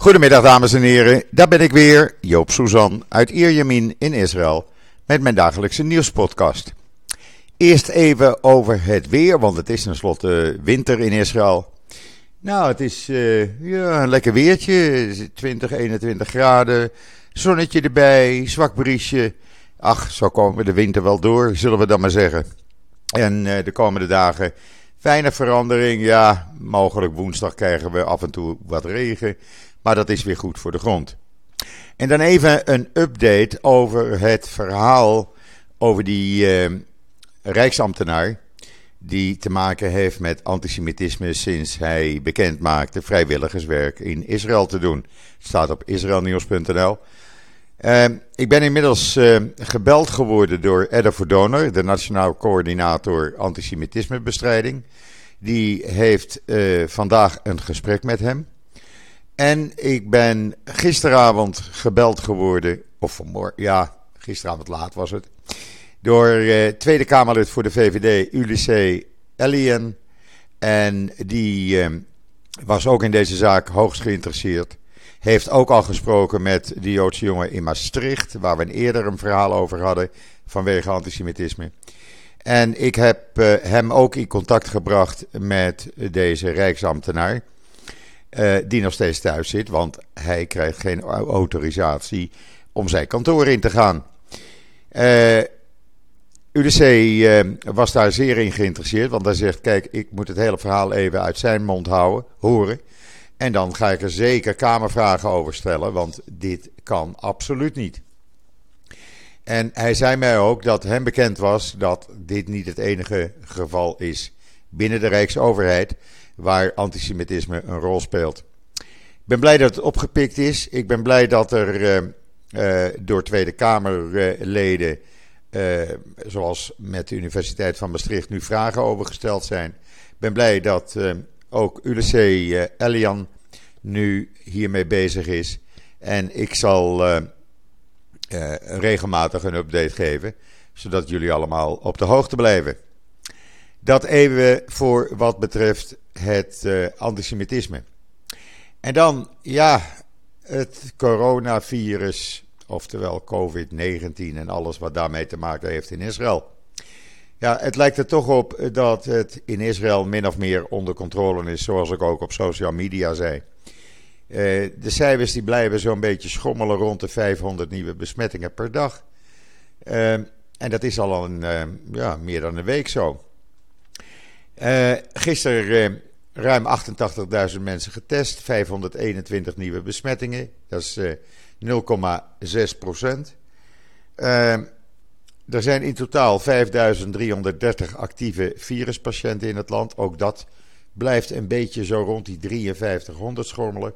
Goedemiddag dames en heren, daar ben ik weer, Joop Suzan uit Ierjemien in Israël met mijn dagelijkse nieuwspodcast. Eerst even over het weer, want het is tenslotte winter in Israël. Nou, het is een lekker weertje, 20, 21 graden, zonnetje erbij, zwak briesje. Ach, zo komen we de winter wel door, zullen we dan maar zeggen. En de komende dagen weinig verandering, ja, mogelijk woensdag krijgen we af en toe wat regen. Maar dat is weer goed voor de grond. En dan even een update over het verhaal over die rijksambtenaar die te maken heeft met antisemitisme sinds hij bekend maakte vrijwilligerswerk in Israël te doen. Het staat op israelnieuws.nl. Ik ben inmiddels gebeld geworden door Edda Verdoner, de Nationaal Coördinator Antisemitismebestrijding. Die heeft vandaag een gesprek met hem. En ik ben gisteravond gebeld geworden, of vanmorgen, ja, gisteravond laat was het, door Tweede Kamerlid voor de VVD, Ulysses Elian. En die was ook in deze zaak hoogst geïnteresseerd. Heeft ook al gesproken met de Joodse jongen in Maastricht, waar we eerder een verhaal over hadden vanwege antisemitisme. En ik heb hem ook in contact gebracht met deze rijksambtenaar. Die nog steeds thuis zit, want hij krijgt geen autorisatie om zijn kantoor in te gaan. Ulysses was daar zeer in geïnteresseerd, want hij zegt, kijk, ik moet het hele verhaal even uit zijn mond horen. En dan ga ik er zeker kamervragen over stellen, want dit kan absoluut niet. En hij zei mij ook dat hem bekend was dat dit niet het enige geval is binnen de Rijksoverheid waar antisemitisme een rol speelt. Ik ben blij dat het opgepikt is. Ik ben blij dat er door Tweede Kamerleden, zoals met de Universiteit van Maastricht, nu vragen over gesteld zijn. Ik ben blij dat ook Ulysses Elian nu hiermee bezig is. En ik zal regelmatig een update geven, zodat jullie allemaal op de hoogte blijven. Dat even voor wat betreft het antisemitisme. En dan, ja, het coronavirus, oftewel COVID-19 en alles wat daarmee te maken heeft in Israël. Ja, het lijkt er toch op dat het in Israël min of meer onder controle is, zoals ik ook op social media zei. De cijfers die blijven zo'n beetje schommelen rond de 500 nieuwe besmettingen per dag. En dat is al meer dan een week zo. Gisteren ruim 88.000 mensen getest, 521 nieuwe besmettingen, dat is 0,6%. Er zijn in totaal 5.330 actieve viruspatiënten in het land, ook dat blijft een beetje zo rond die 5300 schommelen.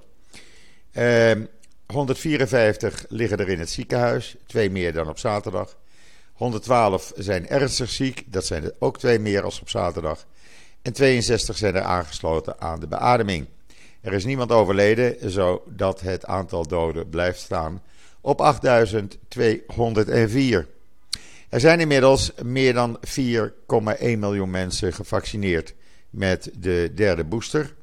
154 liggen er in het ziekenhuis, 2 meer dan op zaterdag. 112 zijn ernstig ziek, dat zijn er ook 2 meer als op zaterdag. En 62 zijn er aangesloten aan de beademing. Er is niemand overleden, zodat het aantal doden blijft staan op 8.204. Er zijn inmiddels meer dan 4,1 miljoen mensen gevaccineerd met de derde booster.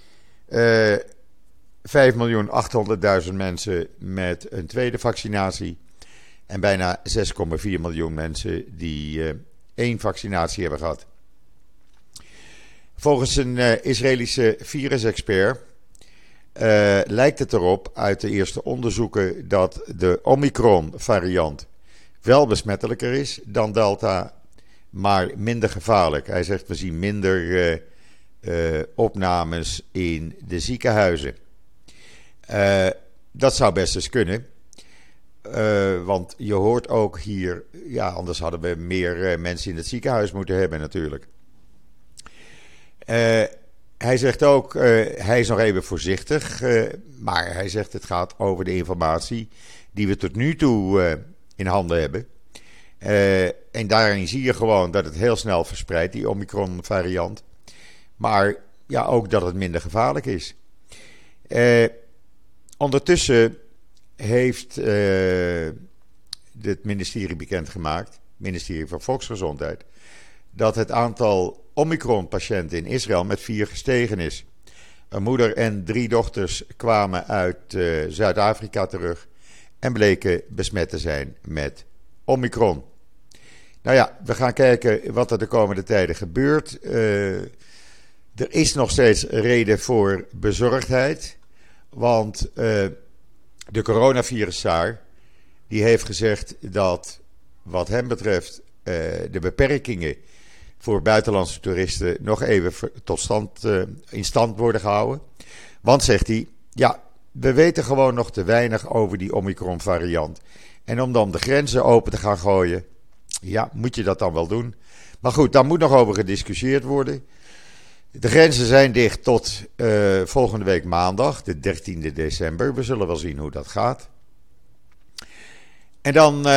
5.800.000 mensen met een tweede vaccinatie. En bijna 6,4 miljoen mensen die 1 vaccinatie hebben gehad. Volgens een Israëlische virusexpert lijkt het erop uit de eerste onderzoeken dat de Omicron-variant wel besmettelijker is dan Delta, maar minder gevaarlijk. Hij zegt, we zien minder opnames in de ziekenhuizen. Dat zou best eens kunnen. Want je hoort ook hier, ja, anders hadden we meer mensen in het ziekenhuis moeten hebben natuurlijk. Hij zegt ook, hij is nog even voorzichtig, maar hij zegt het gaat over de informatie die we tot nu toe in handen hebben. En daarin zie je gewoon dat het heel snel verspreidt, die Omicron variant. Maar ja, ook dat het minder gevaarlijk is. Ondertussen heeft het ministerie bekendgemaakt, het ministerie van Volksgezondheid, dat het aantal Omicron-patiënten in Israël met 4 gestegen is. Een moeder en 3 dochters kwamen uit Zuid-Afrika terug en bleken besmet te zijn met Omicron. Nou ja, we gaan kijken wat er de komende tijden gebeurt. Er is nog steeds reden voor bezorgdheid, want de coronavirus-tsaar die heeft gezegd dat wat hem betreft de beperkingen voor buitenlandse toeristen nog even in stand worden gehouden. Want, zegt hij, ja, we weten gewoon nog te weinig over die Omicron variant. En om dan de grenzen open te gaan gooien, ja, moet je dat dan wel doen. Maar goed, daar moet nog over gediscussieerd worden. De grenzen zijn dicht tot volgende week maandag, de 13e december. We zullen wel zien hoe dat gaat. En dan,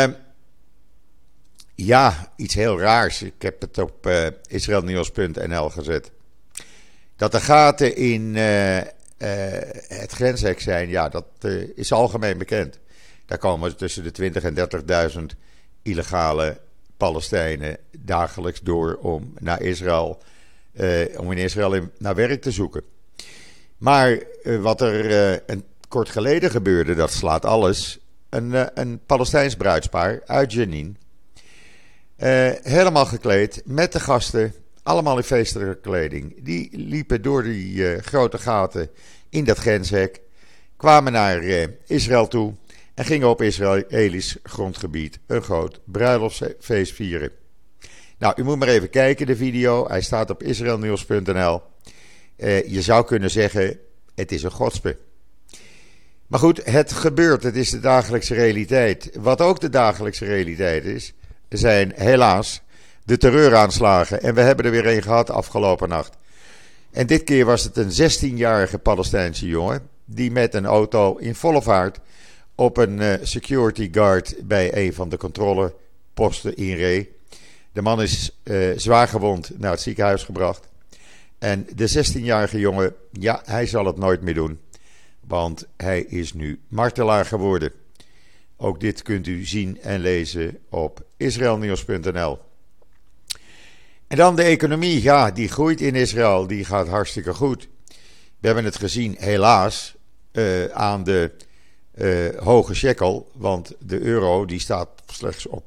iets heel raars. Ik heb het op israelnieuws.nl gezet. Dat er gaten in het grenshek zijn, ja, dat is algemeen bekend. Daar komen tussen de 20 en 30.000 illegale Palestijnen dagelijks door om naar Israël, om in Israël naar werk te zoeken. Maar wat er een kort geleden gebeurde, dat slaat alles. Een Palestijns bruidspaar uit Jenin, helemaal gekleed met de gasten, allemaal in feestelijke kleding. Die liepen door die grote gaten in dat grenshek, kwamen naar Israël toe en gingen op Israëlisch grondgebied een groot bruiloftsfeest vieren. Nou, u moet maar even kijken, de video. Hij staat op israelnieuws.nl. Je zou kunnen zeggen, het is een godspe. Maar goed, het gebeurt. Het is de dagelijkse realiteit. Wat ook de dagelijkse realiteit is, zijn helaas de terreuraanslagen. En we hebben er weer een gehad afgelopen nacht. En dit keer was het een 16-jarige Palestijnse jongen die met een auto in volle vaart op een security guard bij een van de controleposten inreed. De man is zwaar gewond naar het ziekenhuis gebracht. En de 16-jarige jongen, ja, hij zal het nooit meer doen. Want hij is nu martelaar geworden. Ook dit kunt u zien en lezen op israelnieuws.nl. En dan de economie, ja, die groeit in Israël, die gaat hartstikke goed. We hebben het gezien, helaas, aan de hoge shekel, want de euro die staat slechts op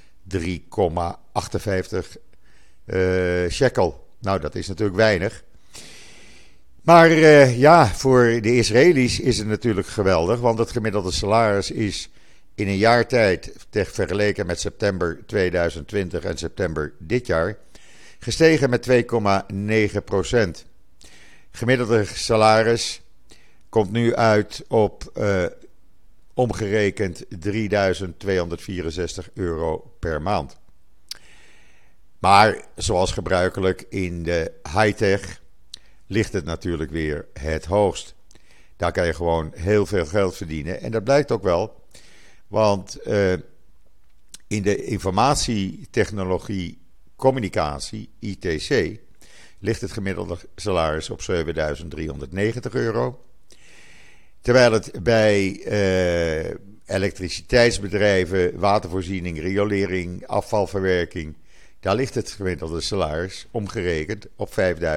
3,58 shekel. Nou, dat is natuurlijk weinig. Maar voor de Israëli's is het natuurlijk geweldig, want het gemiddelde salaris is in een jaar tijd, vergeleken met september 2020 en september dit jaar, gestegen met 2,9%. Gemiddelde salaris komt nu uit op omgerekend €3.264 per maand. Maar zoals gebruikelijk in de high-tech ligt het natuurlijk weer het hoogst. Daar kan je gewoon heel veel geld verdienen. En dat blijkt ook wel. Want in de informatietechnologie communicatie, ITC, ligt het gemiddelde salaris op €7.390. Terwijl het bij elektriciteitsbedrijven, watervoorziening, riolering, afvalverwerking, daar ligt het gemiddelde salaris omgerekend op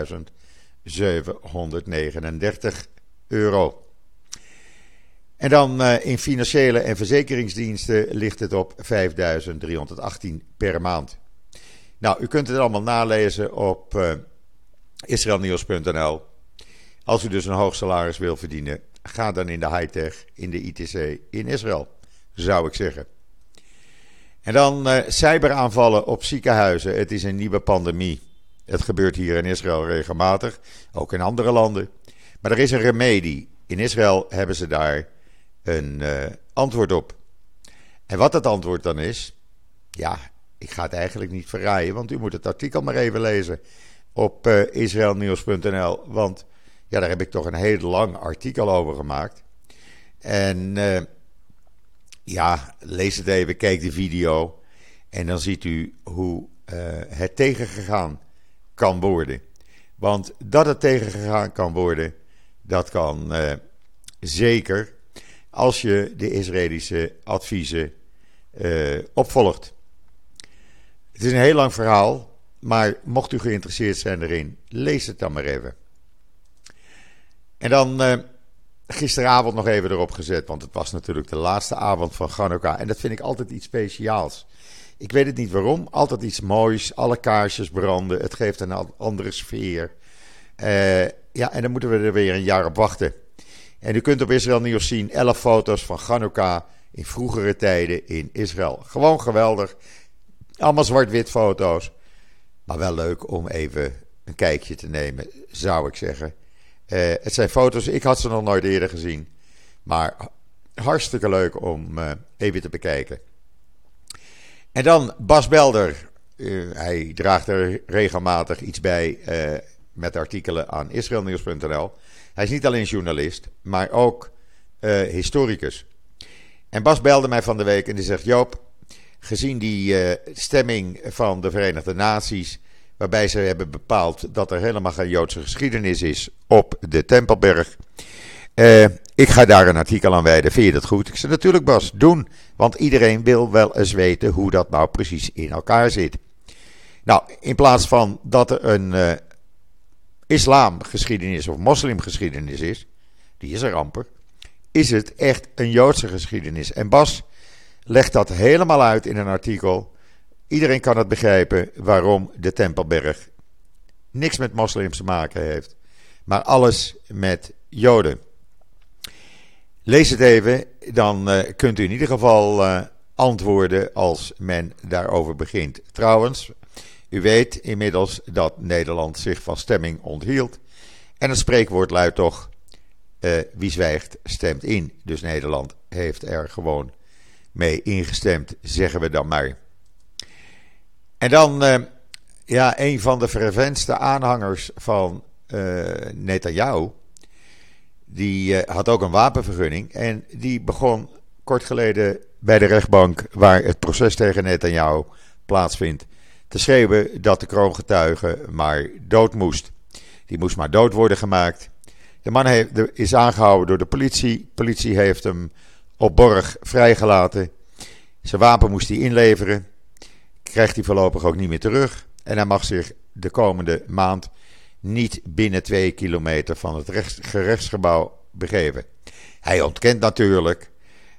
€5.739. En dan in financiële en verzekeringsdiensten ligt het op €5.318 per maand. Nou, u kunt het allemaal nalezen op israelnieuws.nl. Als u dus een hoog salaris wil verdienen, ga dan in de high-tech, in de ITC in Israël, zou ik zeggen. En dan cyberaanvallen op ziekenhuizen. Het is een nieuwe pandemie. Het gebeurt hier in Israël regelmatig, ook in andere landen. Maar er is een remedie. In Israël hebben ze daar een antwoord op. En wat het antwoord dan is, ja, ik ga het eigenlijk niet verraaien, want u moet het artikel maar even lezen op israelnieuws.nl. Want ja, daar heb ik toch een heel lang artikel over gemaakt. En lees het even, kijk de video en dan ziet u hoe het tegengegaan kan worden. Want dat het tegengegaan kan worden, dat kan zeker als je de Israëlische adviezen opvolgt. Het is een heel lang verhaal, maar mocht u geïnteresseerd zijn erin, lees het dan maar even. En dan gisteravond nog even erop gezet, want het was natuurlijk de laatste avond van Chanukka. En dat vind ik altijd iets speciaals. Ik weet het niet waarom, altijd iets moois. Alle kaarsjes branden, het geeft een andere sfeer. Ja, en dan moeten we er weer een jaar op wachten. En u kunt op Israël Nieuws zien 11 foto's van Chanukka in vroegere tijden in Israël. Gewoon geweldig. Allemaal zwart-wit foto's. Maar wel leuk om even een kijkje te nemen, zou ik zeggen. Het zijn foto's, ik had ze nog nooit eerder gezien. Maar hartstikke leuk om even te bekijken. En dan Bas Belder. Hij draagt er regelmatig iets bij met artikelen aan israelnieuws.nl. Hij is niet alleen journalist, maar ook historicus. En Bas belde mij van de week en die zegt: Joop, gezien die stemming van de Verenigde Naties, waarbij ze hebben bepaald dat er helemaal geen Joodse geschiedenis is op de Tempelberg, ik ga daar een artikel aan wijden. Vind je dat goed? Ik zei: natuurlijk Bas, doen. Want iedereen wil wel eens weten hoe dat nou precies in elkaar zit. Nou, in plaats van dat er een islamgeschiedenis of moslimgeschiedenis is, die is er amper, is het echt een Joodse geschiedenis. En Bas legt dat helemaal uit in een artikel. Iedereen kan het begrijpen waarom de Tempelberg niks met moslims te maken heeft, maar alles met Joden. Lees het even, dan kunt u in ieder geval antwoorden als men daarover begint. Trouwens, u weet inmiddels dat Nederland zich van stemming onthield. En het spreekwoord luidt toch: wie zwijgt, stemt in. Dus Nederland heeft er gewoon mee ingestemd, zeggen we dan maar. En dan, een van de ferventste aanhangers van Netanyahu, die had ook een wapenvergunning. En die begon kort geleden bij de rechtbank, waar het proces tegen Netanyahu plaatsvindt, te schreeuwen dat de kroongetuige maar dood moest. Die moest maar dood worden gemaakt. De man is aangehouden door de politie. De politie heeft hem op borg vrijgelaten. Zijn wapen moest hij inleveren. Krijgt hij voorlopig ook niet meer terug. En hij mag zich de komende maand niet binnen 2 kilometer van het gerechtsgebouw begeven. Hij ontkent natuurlijk.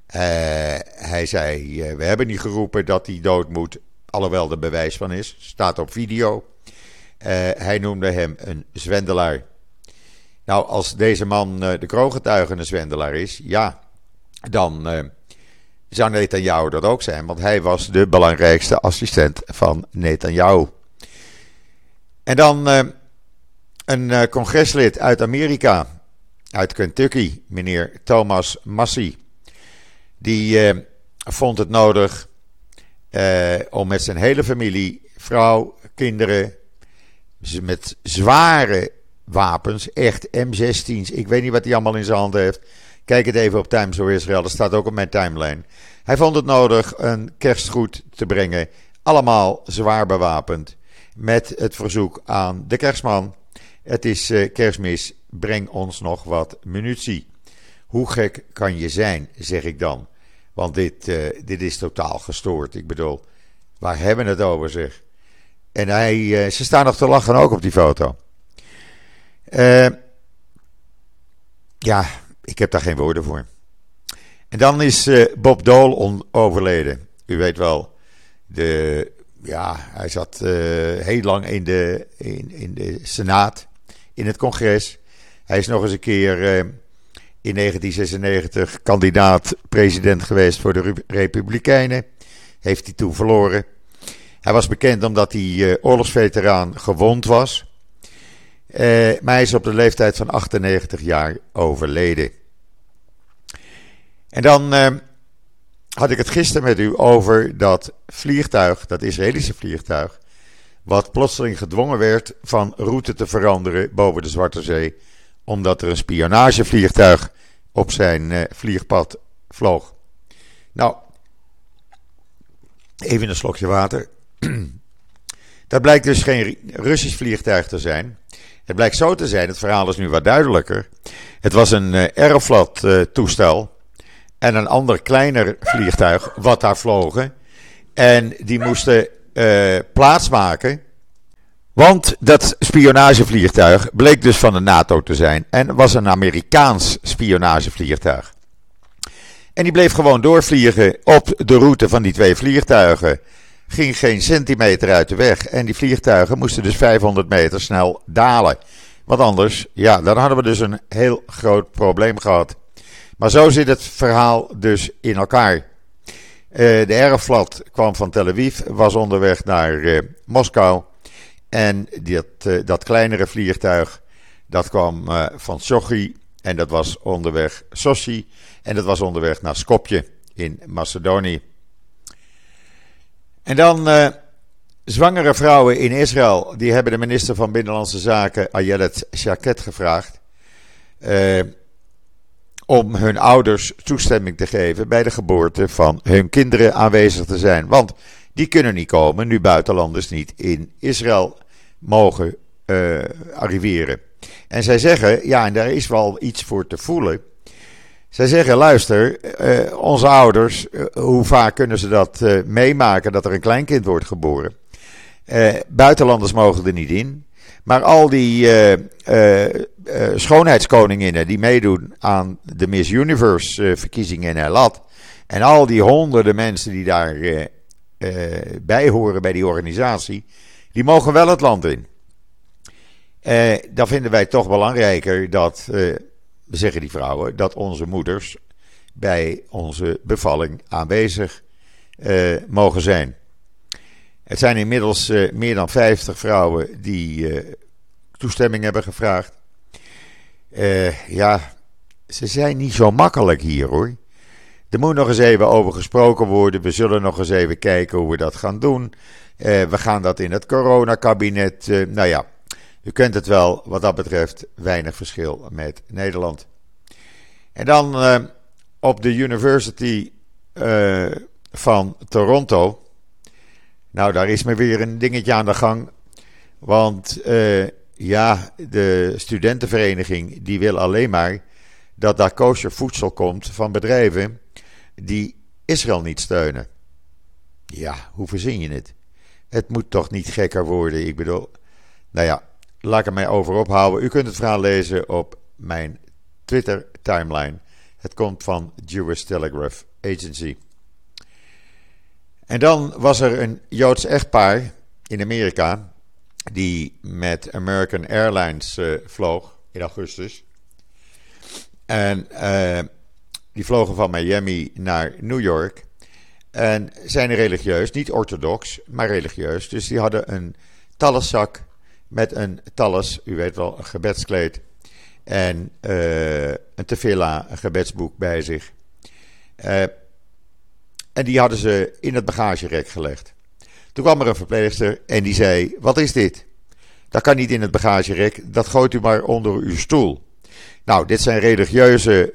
Hij zei: we hebben niet geroepen dat hij dood moet, alhoewel er bewijs van is. Staat op video. Hij noemde hem een zwendelaar. Nou, als deze man de kroongetuige een zwendelaar is, ja, dan zou Netanyahu dat ook zijn, want hij was de belangrijkste assistent van Netanyahu. En dan een congreslid uit Amerika, uit Kentucky, meneer Thomas Massie. Die vond het nodig om met zijn hele familie, vrouw, kinderen, met zware wapens, echt M16's, ik weet niet wat hij allemaal in zijn handen heeft. Kijk het even op Times of Israel, dat staat ook op mijn timeline. Hij vond het nodig een kerstgoed te brengen, allemaal zwaar bewapend, met het verzoek aan de kerstman: het is kerstmis, breng ons nog wat munitie. Hoe gek kan je zijn, zeg ik dan. Want dit is totaal gestoord. Ik bedoel, waar hebben we het over, zeg? En ze staan nog te lachen ook op die foto. Ja, ik heb daar geen woorden voor. En dan is Bob Dole overleden. U weet wel, hij zat heel lang in de Senaat, in het congres. Hij is nog eens een keer in 1996 kandidaat-president geweest voor de Republikeinen. Heeft hij toen verloren. Hij was bekend omdat hij oorlogsveteraan gewond was. Maar hij is op de leeftijd van 98 jaar overleden. En dan had ik het gisteren met u over dat vliegtuig, dat Israëlische vliegtuig, wat plotseling gedwongen werd van route te veranderen boven de Zwarte Zee, omdat er een spionagevliegtuig op zijn vliegpad vloog. Nou, even een slokje water. Dat blijkt dus geen Russisch vliegtuig te zijn. Het blijkt zo te zijn, het verhaal is nu wat duidelijker. Het was een Aeroflot toestel en een ander kleiner vliegtuig wat daar vlogen. En die moesten plaatsmaken Want dat spionagevliegtuig bleek dus van de NATO te zijn en was een Amerikaans spionagevliegtuig. En die bleef gewoon doorvliegen op de route van die twee vliegtuigen. Ging geen centimeter uit de weg en die vliegtuigen moesten dus 500 meter snel dalen. Want anders, ja, dan hadden we dus een heel groot probleem gehad. Maar zo zit het verhaal dus in elkaar. De Aeroflot kwam van Tel Aviv, was onderweg naar Moskou. En dat kleinere vliegtuig, dat kwam van Sochi en dat was onderweg Sochi. En dat was onderweg naar Skopje in Macedonië. En dan zwangere vrouwen in Israël, die hebben de minister van Binnenlandse Zaken, Ayelet Shaked, gevraagd om hun ouders toestemming te geven bij de geboorte van hun kinderen aanwezig te zijn. Want die kunnen niet komen, nu buitenlanders niet in Israël mogen arriveren. En zij zeggen, ja, en daar is wel iets voor te voelen. Zij zeggen, luister, onze ouders, hoe vaak kunnen ze dat meemaken dat er een kleinkind wordt geboren? Buitenlanders mogen er niet in. Maar al die schoonheidskoninginnen die meedoen aan de Miss Universe verkiezingen in Eilat. En al die honderden mensen die daar bij horen bij die organisatie, die mogen wel het land in. Dan vinden wij het toch belangrijker dat, zeggen die vrouwen, dat onze moeders bij onze bevalling aanwezig mogen zijn. Het zijn inmiddels meer dan 50 vrouwen die toestemming hebben gevraagd. Ja, ze zijn niet zo makkelijk hier, hoor. Er moet nog eens even over gesproken worden. We zullen nog eens even kijken hoe we dat gaan doen. We gaan dat in het coronakabinet. Nou ja, u kent het wel. Wat dat betreft weinig verschil met Nederland. En dan op de University van Toronto. Nou, daar is me weer een dingetje aan de gang. Want ja, de studentenvereniging die wil alleen maar dat daar kosher voedsel komt van bedrijven die Israël niet steunen. Ja, hoe verzin je het? Het moet toch niet gekker worden? Ik bedoel, nou ja, laat ik er mij over ophouden. U kunt het verhaal lezen op mijn Twitter timeline. Het komt van Jewish Telegraph Agency. En dan was er een Joods echtpaar in Amerika die met American Airlines vloog in augustus. En die vlogen van Miami naar New York. En zijn religieus, niet orthodox, maar religieus. Dus die hadden een talliszak met een tallis, u weet wel, een gebedskleed. En een tefillah, een gebedsboek bij zich. En die hadden ze in het bagagerek gelegd. Toen kwam er een verpleegster en die zei, wat is dit? Dat kan niet in het bagagerek, dat gooit u maar onder uw stoel. Nou, dit zijn religieuze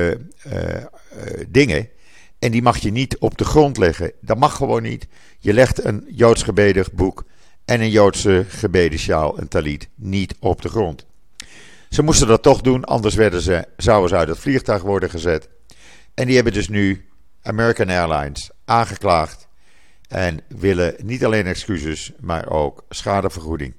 dingen en die mag je niet op de grond leggen. Dat mag gewoon niet. Je legt een Joods gebedenboek en een Joodse gebedensjaal, een talit, niet op de grond. Ze moesten dat toch doen, anders zouden ze uit het vliegtuig worden gezet. En die hebben dus nu American Airlines aangeklaagd en willen niet alleen excuses, maar ook schadevergoeding.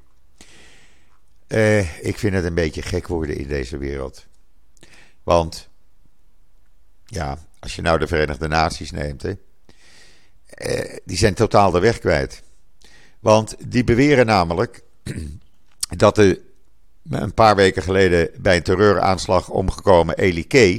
Ik vind het een beetje gek worden in deze wereld. Want, ja, als je nou de Verenigde Naties neemt, die zijn totaal de weg kwijt. Want die beweren namelijk dat een paar weken geleden bij een terreuraanslag omgekomen Eli K.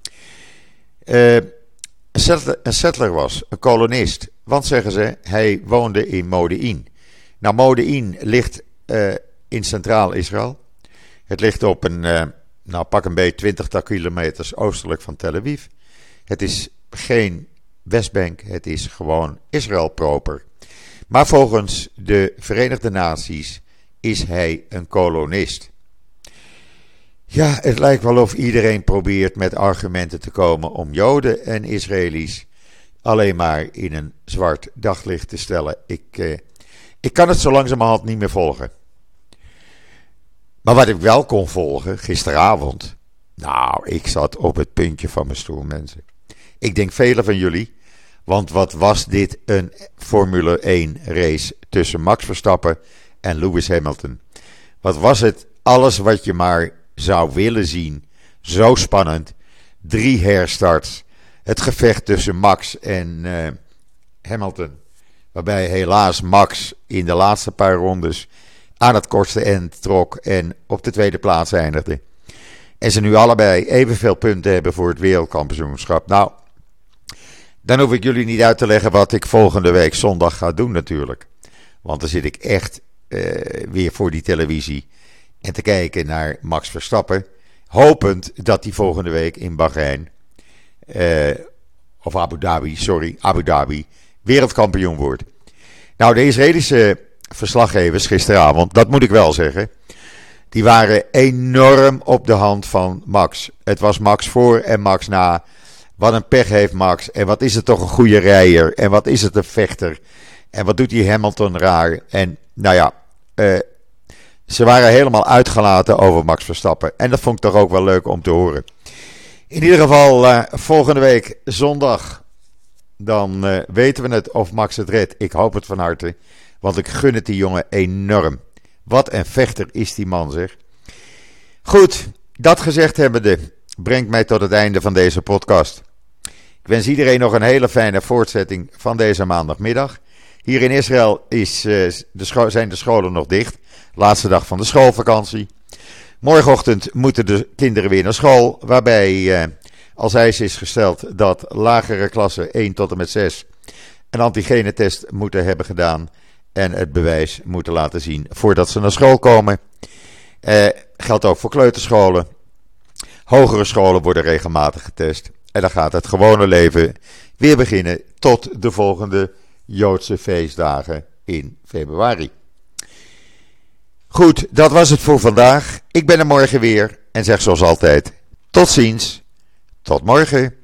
Een settler was, een kolonist. Want, zeggen ze, hij woonde in Modi'in. Nou, Modi'in ligt in Centraal Israël. Het ligt op een, pak een beetje 20 kilometers oostelijk van Tel Aviv. Het is geen Westbank, het is gewoon Israël proper. Maar volgens de Verenigde Naties is hij een kolonist. Ja, het lijkt wel of iedereen probeert met argumenten te komen om Joden en Israëli's alleen maar in een zwart daglicht te stellen. Ik kan het zo langzamerhand niet meer volgen. Maar wat ik wel kon volgen gisteravond, nou, ik zat op het puntje van mijn stoel, mensen. Ik denk velen van jullie, want wat was dit een Formule 1 race tussen Max Verstappen en Lewis Hamilton. Wat was het? Alles wat je maar zou willen zien. Zo spannend. 3 herstarts. Het gevecht tussen Max en Hamilton. Waarbij helaas Max in de laatste paar rondes aan het kortste eind trok en op de tweede plaats eindigde. En ze nu allebei evenveel punten hebben voor het wereldkampioenschap. Nou, dan hoef ik jullie niet uit te leggen wat ik volgende week zondag ga doen natuurlijk. Want dan zit ik echt weer voor die televisie en te kijken naar Max Verstappen. Hopend dat hij volgende week in Bahrein, of Abu Dhabi, wereldkampioen wordt. Nou, de Israëlische verslaggevers gisteravond, dat moet ik wel zeggen, die waren enorm op de hand van Max. Het was Max voor en Max na. Wat een pech heeft Max. En wat is het toch een goede rijder. En wat is het een vechter. En wat doet die Hamilton raar. En nou ja, ze waren helemaal uitgelaten over Max Verstappen. En dat vond ik toch ook wel leuk om te horen. In ieder geval volgende week zondag. Dan weten we het of Max het redt. Ik hoop het van harte. Want ik gun het die jongen enorm. Wat een vechter is die man, zeg. Goed, dat gezegd hebbende brengt mij tot het einde van deze podcast. Ik wens iedereen nog een hele fijne voortzetting van deze maandagmiddag. Hier in Israël zijn de scholen nog dicht. Laatste dag van de schoolvakantie. Morgenochtend moeten de kinderen weer naar school. Waarbij als eis is gesteld dat lagere klassen 1 tot en met 6 een antigenetest moeten hebben gedaan. En het bewijs moeten laten zien voordat ze naar school komen. Geldt ook voor kleuterscholen. Hogere scholen worden regelmatig getest. En dan gaat het gewone leven weer beginnen tot de volgende Joodse feestdagen in februari. Goed, dat was het voor vandaag. Ik ben er morgen weer en zeg zoals altijd, tot ziens, tot morgen.